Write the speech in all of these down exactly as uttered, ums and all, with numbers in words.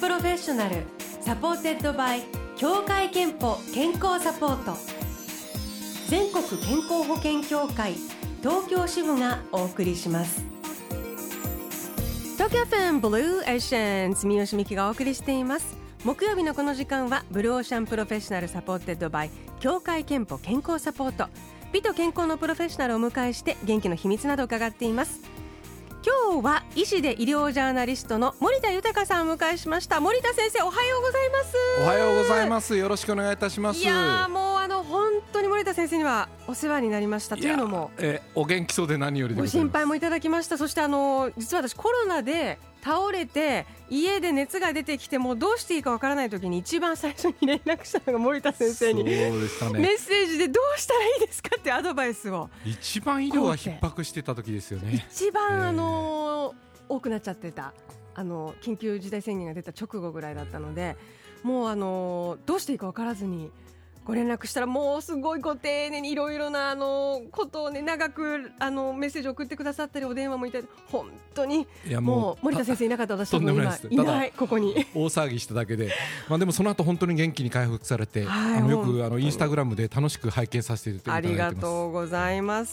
プロフェッショナルサポーテッドバイ協会憲法健康サポート、全国健康保険協会東京支部がお送りします。東京 エフエム ブルーエーシャン住吉美希がお送りしています。木曜日のこの時間はブルーオーシャンプロフェッショナルサポーテッドバイ協会憲法健康サポート、美と健康のプロフェッショナルをお迎えして元気の秘密などを伺っています。今日は医師で医療ジャーナリストの森田豊さんをお迎えしました。森田先生、おはようございます。 おはようございます。よろしくお願いいたします。 いやもうあの本当に森田先生にはお世話になりました。というのも、 えお元気そうで何よりでございます。 ご心配もいただきました。そしてあの実は私コロナで倒れて家で熱が出てきてもうどうしていいかわからない時に一番最初に連絡したのが森田先生にそうでした、ね、 メッセージでどうしたらいいですかってアドバイスを。 一番医療が逼迫してた時ですよね。 一番あの多くなっちゃってたあの緊急事態宣言が出た直後ぐらいだったので、もうあのどうしていいか分からずにご連絡したら、もうすごいご丁寧にいろいろなあのことを、ね、長くあのメッセージを送ってくださったりお電話もいただいて、本当にいやもう森田先生いなかったら私とんでもないです。 今いないここに大騒ぎしただけで、まあ、でもその後本当に元気に回復されて、はい、あのよくあのインスタグラムで楽しく拝見させていただいてます。 ありがとうございます。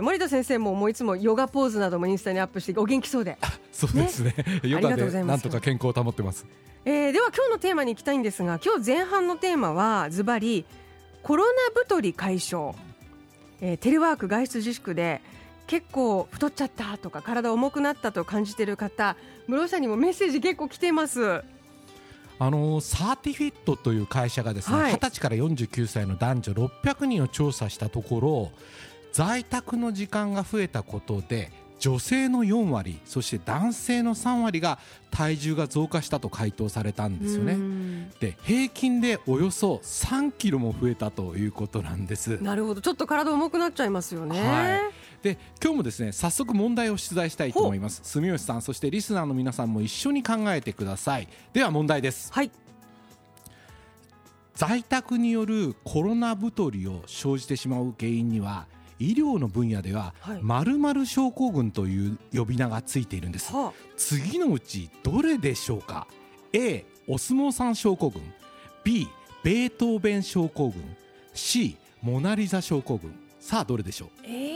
森田先生ももういつもヨガポーズなどもインスタにアップしてお元気そうで。 そうですね、ヨガでなんとか健康を保ってます。 えー、では今日のテーマに行きたいんですが、今日前半のテーマはズバリコロナ太り解消、えー、テレワーク外出自粛で結構太っちゃったとか体重くなったと感じている方、室井さんにもメッセージ結構来てます。 あのサーティフィットという会社がですね、はい、はたちからよんじゅうきゅうさいの男女ろっぴゃくにんを調査したところ、在宅の時間が増えたことで女性のよんわり、そして男性のさんわりが体重が増加したと回答されたんですよね。で平均でおよそさんキロも増えたということなんです。 なるほど、ちょっと体重くなっちゃいますよね。 はい、で今日もですね早速問題を出題したいと思います。住吉さん、そしてリスナーの皆さんも一緒に考えてください。では問題です。 はい、 在宅によるコロナ太りを生じてしまう原因には医療の分野では〇〇症候群という呼び名がついているんです、はあ、次のうちどれでしょうか。 A お相撲さん症候群、 B ベートーベン症候群、 C モナリザ症候群。さあどれでしょう。 えー、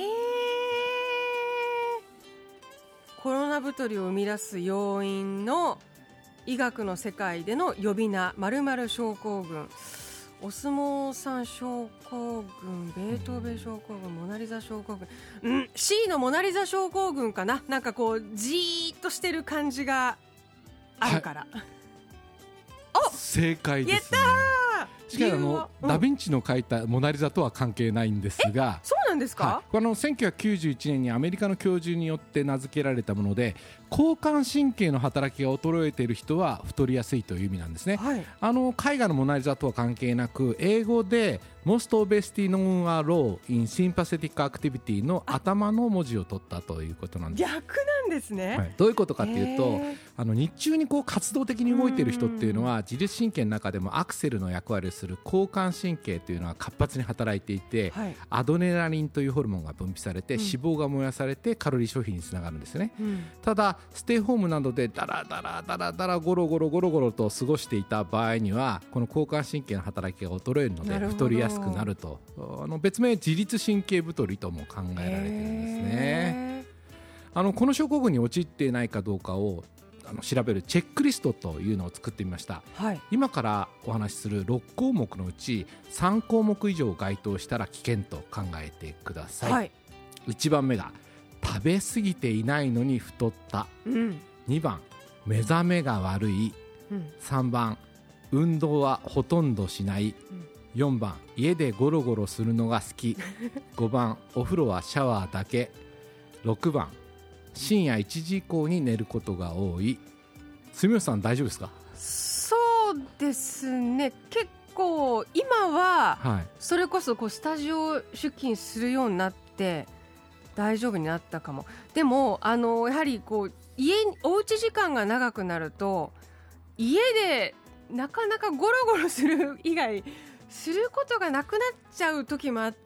コロナ太りを生み出す要因の医学の世界での呼び名〇〇症候群、お相撲さん症候群、ベートーベン症候群、モナリザ症候群、ん C のモナリザ症候群かな。なんかこうじーっとしてる感じがあるから、はい、 お正解ですね。 やったー。 しかしあの、うん、ダヴィンチの描いたモナリザとは関係ないんですが。 そうなんですか。 はい、このせんきゅうひゃくきゅうじゅういちねんにアメリカの教授によって名付けられたもので、交感神経の働きが衰えている人は太りやすいという意味なんですね。はい、あの絵画のモナリザとは関係なく、英語で Most obesity known are low in sympathetic activity の頭の文字を取ったということなんです。 逆なんですね。 はい、どういうことかというと、あの日中にこう活動的に動いている人っていうのは自律神経の中でもアクセルの役割をする交感神経というのは活発に働いていて、はい、アドネラリンというホルモンが分泌されて、うん、脂肪が燃やされてカロリー消費につながるんですね。うん、ただステイホームなどでダラダラダラダラゴロゴロゴロゴロと過ごしていた場合には、この交感神経の働きが衰えるので太りやすくなると、あの別名自律神経太りとも考えられているんですね。あのこの症候群に陥っていないかどうかをあの調べるチェックリストというのを作ってみました。はい、今からお話しするろっこうもくのうちさんこうもく以上該当したら危険と考えてください。はい、いちばんめが食べ過ぎていないのに太った、うん、にばん目覚めが悪い、うん、さんばん運動はほとんどしない、うん、よんばん家でゴロゴロするのが好きごばんお風呂はシャワーだけ、ろくばん深夜いちじ以降に寝ることが多い。住吉さん大丈夫ですか。 そうですね、結構今はそれこそこうスタジオ出勤するようになって大丈夫になったかも。でもあのやはりこう家おうち時間が長くなると家でなかなかゴロゴロする以外することがなくなっちゃう時もあって、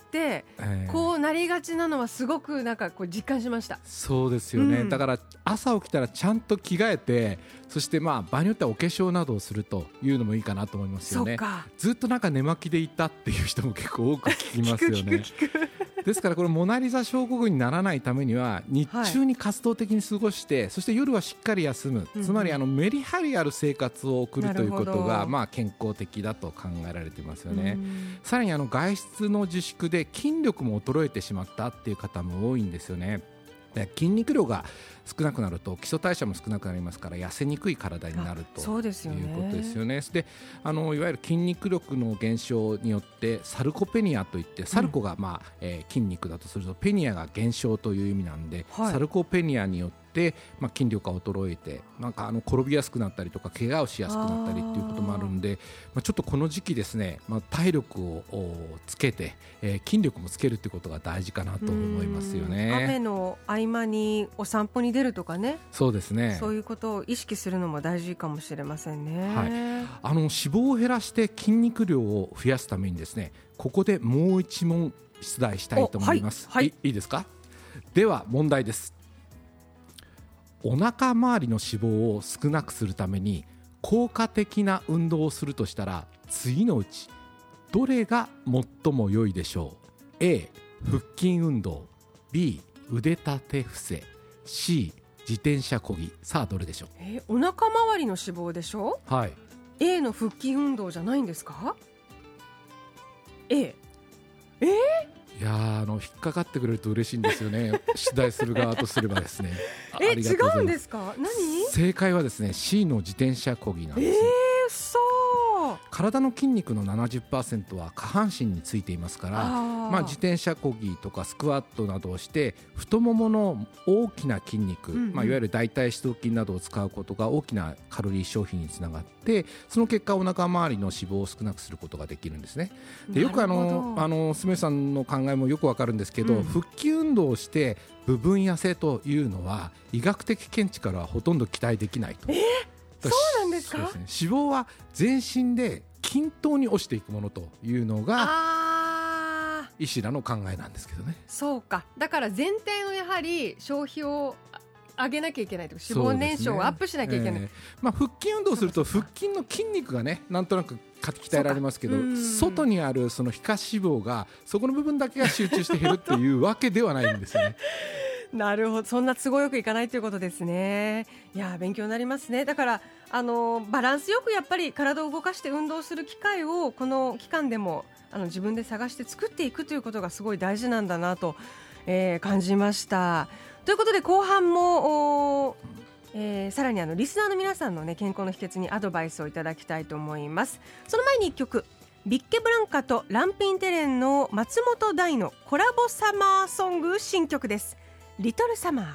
えー、こうなりがちなのはすごくなんかこう実感しました。 そうですよね、うん、だから朝起きたらちゃんと着替えて、そしてまあ場合によってはお化粧などをするというのもいいかなと思いますよね。ずっとなんか寝巻きでいたっていう人も結構多く聞きますよね。聞く聞く聞くですからこれモナリザ症候群にならないためには日中に活動的に過ごして、はい、そして夜はしっかり休む、うん、つまりあのメリハリある生活を送るということがまあ健康的だと考えられていますよね。さらにあの外出の自粛で筋力も衰えてしまったっていう方も多いんですよね。で筋肉量が少なくなると基礎代謝も少なくなりますから痩せにくい体になるということですよね。であのいわゆる筋肉力の減少によってサルコペニアといって、サルコが、まあえー、筋肉だとするとペニアが減少という意味なんで、はい、サルコペニアによってでまあ、筋力が衰えてなんかあの転びやすくなったりとか怪我をしやすくなったりっていうこともあるんで、まあ、ちょっとこの時期ですね、まあ、体力をつけて、えー、筋力もつけるってことが大事かなと思いますよね。 雨の合間にお散歩に出るとかね、 そうですね、 そういうことを意識するのも大事かもしれませんね。 はい、あの脂肪を減らして筋肉量を増やすためにですね、ここでもう一問出題したいと思います。はいはい、いいですか。では問題です。お腹周りの脂肪を少なくするために効果的な運動をするとしたら次のうちどれが最も良いでしょう。 A 腹筋運動、 B 腕立て伏せ、 C 自転車漕ぎ。さあどれでしょう。 えー、お腹周りの脂肪でしょ。 はい、 A の腹筋運動じゃないんですか。 A えーいやあの引っかかってくれると嬉しいんですよね。出題する側とすればですね。 え違うんですか。何。 正解はですね C の自転車漕ぎなんです。 えー、そう体の筋肉の ななじゅっパーセント は下半身についていますから、あ、まあ、自転車漕ぎとかスクワットなどをして太ももの大きな筋肉、うんうん、まあ、いわゆる大腿四頭筋などを使うことが大きなカロリー消費につながって、その結果お腹周りの脂肪を少なくすることができるんですね。でよくあのあの住吉さんの考えもよくわかるんですけど、うん、腹筋運動をして部分痩せというのは医学的見地からはほとんど期待できないと。 えー、そうなんですか。 そうですね、脂肪は全身で均等に落ちていくものというのが医師らの考えなんですけどね。 そうか、だから全体のやはり消費を上げなきゃいけないとか脂肪燃焼をアップしなきゃいけない、ね、えーまあ、腹筋運動をすると腹筋の筋肉がねなんとなく鍛えられますけど、外にあるその皮下脂肪がそこの部分だけが集中して減るっていうわけではないんですよね。 なるほど、そんな都合よくいかないということですね。いや勉強になりますね。だからあのバランスよくやっぱり体を動かして運動する機会をこの期間でもあの自分で探して作っていくということがすごい大事なんだなと、えー、感じました。ということで後半も、えー、さらにあのリスナーの皆さんの、ね、健康の秘訣にアドバイスをいただきたいと思います。その前にいっきょく、ビッケブランカとランピンテレンの松本大のコラボサマーソング新曲です。リトルサマー。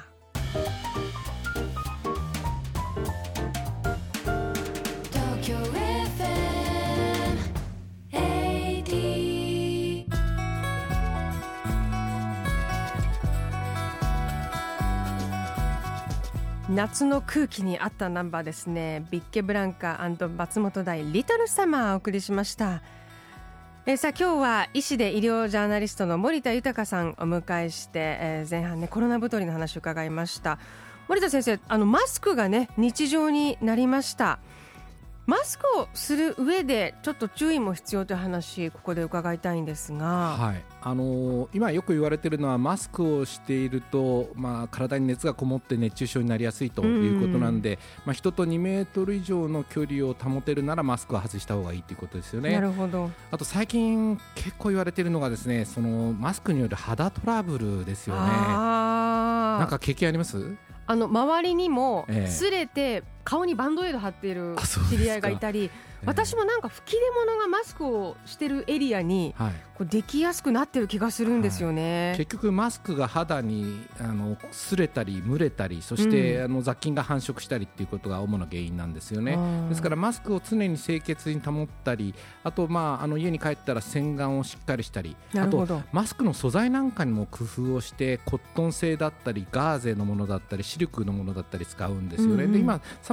夏の空気に合ったナンバーですね。ビッケブランカ&松本大リトルサマーをお送りしました。えー、さあ今日は医師で医療ジャーナリストの森田豊さんをお迎えして、えー、前半ねコロナ太りの話を伺いました。森田先生、あのマスクがね日常になりました。マスクをする上でちょっと注意も必要という話ここで伺いたいんですが、 はい、あのー、今よく言われているのはマスクをしていると、まあ、体に熱がこもって熱中症になりやすいということなんで、まあ、人とにメートル以上の距離を保てるならマスクは外した方がいいということですよね。 なるほど。あと最近結構言われているのがですね、そのマスクによる肌トラブルですよね。あなんか経験あります？ あの周りにも擦れて顔にバンドエイド貼っている知り合いがいたり、私もなんか吹き出物がマスクをしてるエリアにこうできやすくなってる気がするんですよね、 はい、結局マスクが肌にあの擦れたり蒸れたり、そして、うん、あの雑菌が繁殖したりっていうことが主な原因なんですよね。ですからマスクを常に清潔に保ったり、あと、まあ、あの家に帰ったら洗顔をしっかりしたり、あとマスクの素材なんかにも工夫をしてコットン製だったりガーゼのものだったりシルクのものだったり使うんですよね、うんうん、で今さ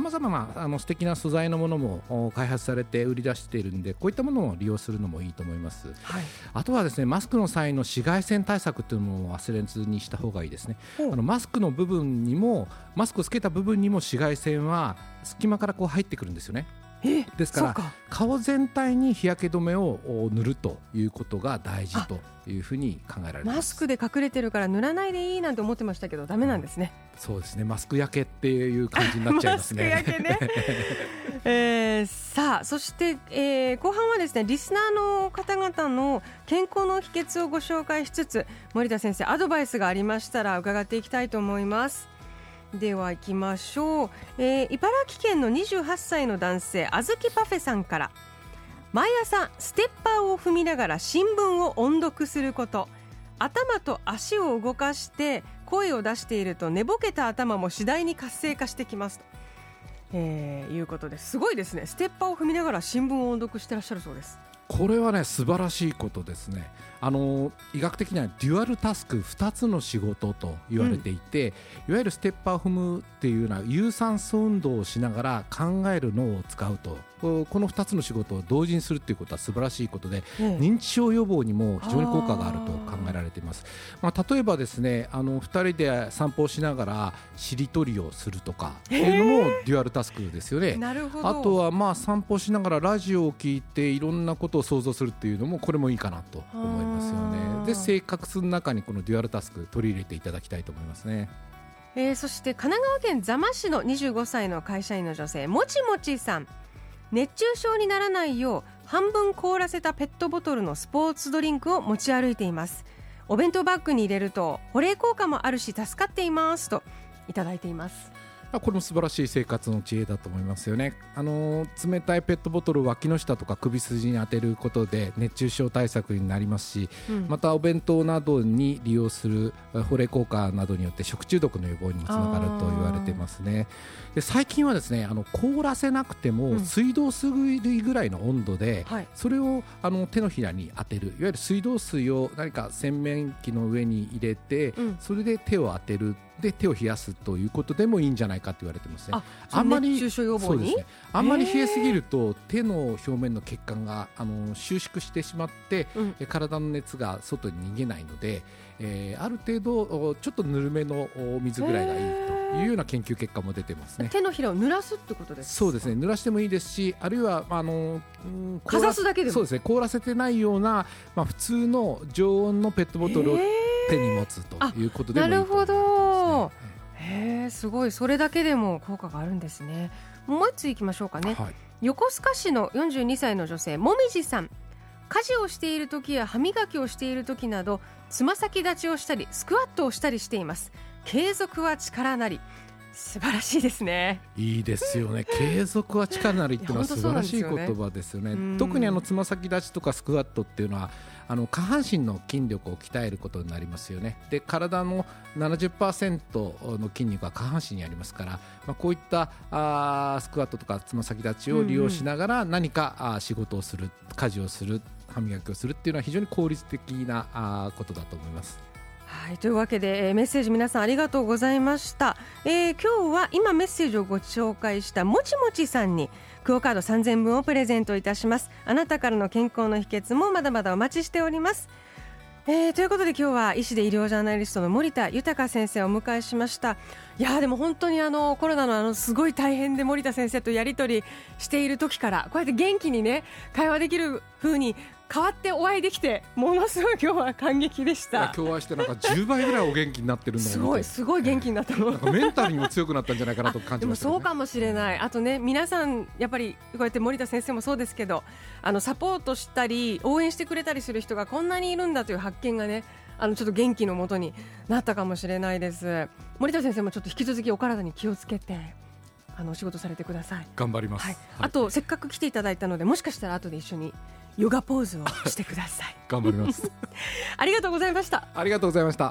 まざまなあの素敵な素材のものも開発されて売り出しているんで、こういったものを利用するのもいいと思います、はい、あとはですね、マスクの際の紫外線対策というのも忘れずにした方がいいですね。あのマスクの部分にもマスクをつけた部分にも紫外線は隙間からこう入ってくるんですよね。 えですから顔全体に日焼け止めを塗るということが大事というふうに考えられます。 マスクで隠れてるから塗らないでいいなんて思ってましたけどダメなんですね。 そうですね、マスク焼けっていう感じになっちゃいますね。 マスク焼けね、えー、さあそして、えー、後半はですねリスナーの方々の健康の秘訣をご紹介しつつ、森田先生アドバイスがありましたら伺っていきたいと思います。では行きましょう、えー、茨城県のにじゅうはっさいの男性あずきパフェさんから、毎朝ステッパーを踏みながら新聞を音読すること、頭と足を動かして声を出していると寝ぼけた頭も次第に活性化してきますと、えー、いうことです。すごいですね。ステッパーを踏みながら新聞を音読してらっしゃるそうです。 これはね素晴らしいことですね。あの医学的にはデュアルタスクふたつの仕事と言われていて、うん、いわゆるステッパーを踏むっていうのは有酸素運動をしながら考える脳を使うと、このふたつの仕事を同時にするっていうことは素晴らしいことで、うん、認知症予防にも非常に効果があると考えられています。まあ、例えばですね、あのふたりで散歩をしながらしりとりをするとかっていうのもデュアルタスクですよね。 なるほど。 あとはまあ散歩しながらラジオを聞いていろんなことを想像するっていうのもこれもいいかなと思いますよね。で生活の中にこのデュアルタスク取り入れていただきたいと思いますね。 えー、そして神奈川県座間市のにじゅうごさいの会社員の女性もちもちさん、熱中症にならないよう半分凍らせたペットボトルのスポーツドリンクを持ち歩いています。お弁当バッグに入れると保冷効果もあるし助かっていますといただいています。 これも素晴らしい生活の知恵だと思いますよね。あの冷たいペットボトルを脇の下とか首筋に当てることで熱中症対策になりますし、うん、またお弁当などに利用する保冷効果などによって食中毒の予防にもつながると言われていますね。で最近はですね、あの凍らせなくても水道水ぐらいの温度で、うん、それをあの手のひらに当てる、いわゆる水道水を何か洗面器の上に入れて、うん、それで手を当てる、で手を冷やすということでもいいんじゃないかと言われてますね。 あ、あんまり熱中症予防に、 そうですね、あんまり冷えすぎると手の表面の血管があの収縮してしまって、うん、体の熱が外に逃げないので、えー、ある程度ちょっとぬるめの水ぐらいがいいというような研究結果も出てますね。 手のひらを濡らすってことですか？ そうですね、濡らしてもいいですし、あるいはあのかざすだけでも、 そうですね、凍らせてないような、まあ、普通の常温のペットボトルを手に持つということでもいいと思いますね。 なるほど、へー、すごい。それだけでも効果があるんですね。もう一ついきましょうかね、はい、横須賀市のよんじゅうにさいの女性もみじさん、家事をしている時や歯磨きをしている時などつま先立ちをしたりスクワットをしたりしています。継続は力なり。素晴らしいですね。 いいですよね。継続は力なりっていうのは素晴らしい言葉ですよね。特にあのつま先立ちとかスクワットっていうのはあの下半身の筋力を鍛えることになりますよね。で体の ななじゅっパーセント の筋肉は下半身にありますから、まあ、こういったあスクワットとかつま先立ちを利用しながら何かあ仕事をする、家事をする、歯磨きをするっていうのは非常に効率的なあことだと思います。 はい、というわけで、えー、メッセージ皆さんありがとうございました。えー、今日は今メッセージをご紹介したもちもちさんにクオカードさんぜんぶんをプレゼントいたします。あなたからの健康の秘訣もまだまだお待ちしております。えー、ということで今日は医師で医療ジャーナリストの森田豊先生をお迎えしました。いやでも本当にあのコロナのあのすごい大変で森田先生とやり取りしている時からこうやって元気にね会話できる風に変わってお会いできてものすごい今日は感激でした。 今日はしてなんかじゅうばいぐらいお元気になってるのを見てすごいすごい元気になったの、 なんかメンタルにも強くなったんじゃないかなと感じました、ね、 でもそうかもしれない。あとね皆さんやっぱりこうやって森田先生もそうですけどあのサポートしたり応援してくれたりする人がこんなにいるんだという発見がねあのちょっと元気のもとになったかもしれないです。森田先生もちょっと引き続きお体に気をつけてあのお仕事されてください。 頑張ります、 はいはい、あとせっかく来ていただいたのでもしかしたら後で一緒にヨガポーズをしてください頑張りますありがとうございました。 ありがとうございました。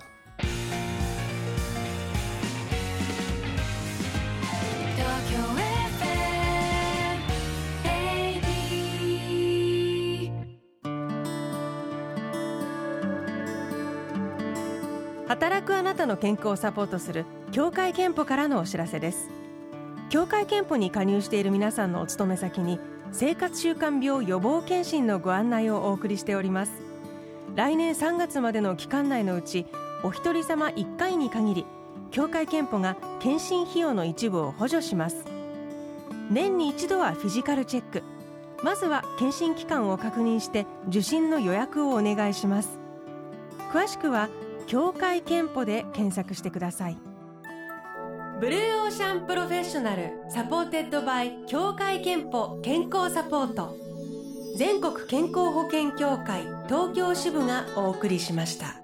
働くあなたの健康をサポートする協会憲法からのお知らせです。 協会憲法に加入している皆さんのお勤め先に生活習慣病予防検診のご案内をお送りしております。来年さんがつまでの期間内のうちお一人様いっかいに限り協会憲法が検診費用の一部を補助します。年に一度はフィジカルチェック、まずは検診期間を確認して受診の予約をお願いします。詳しくは協会憲法で検索してください。ブルーオーシャンプロフェッショナルサポーテッドバイ協会憲法健康サポート、全国健康保険協会東京支部がお送りしました。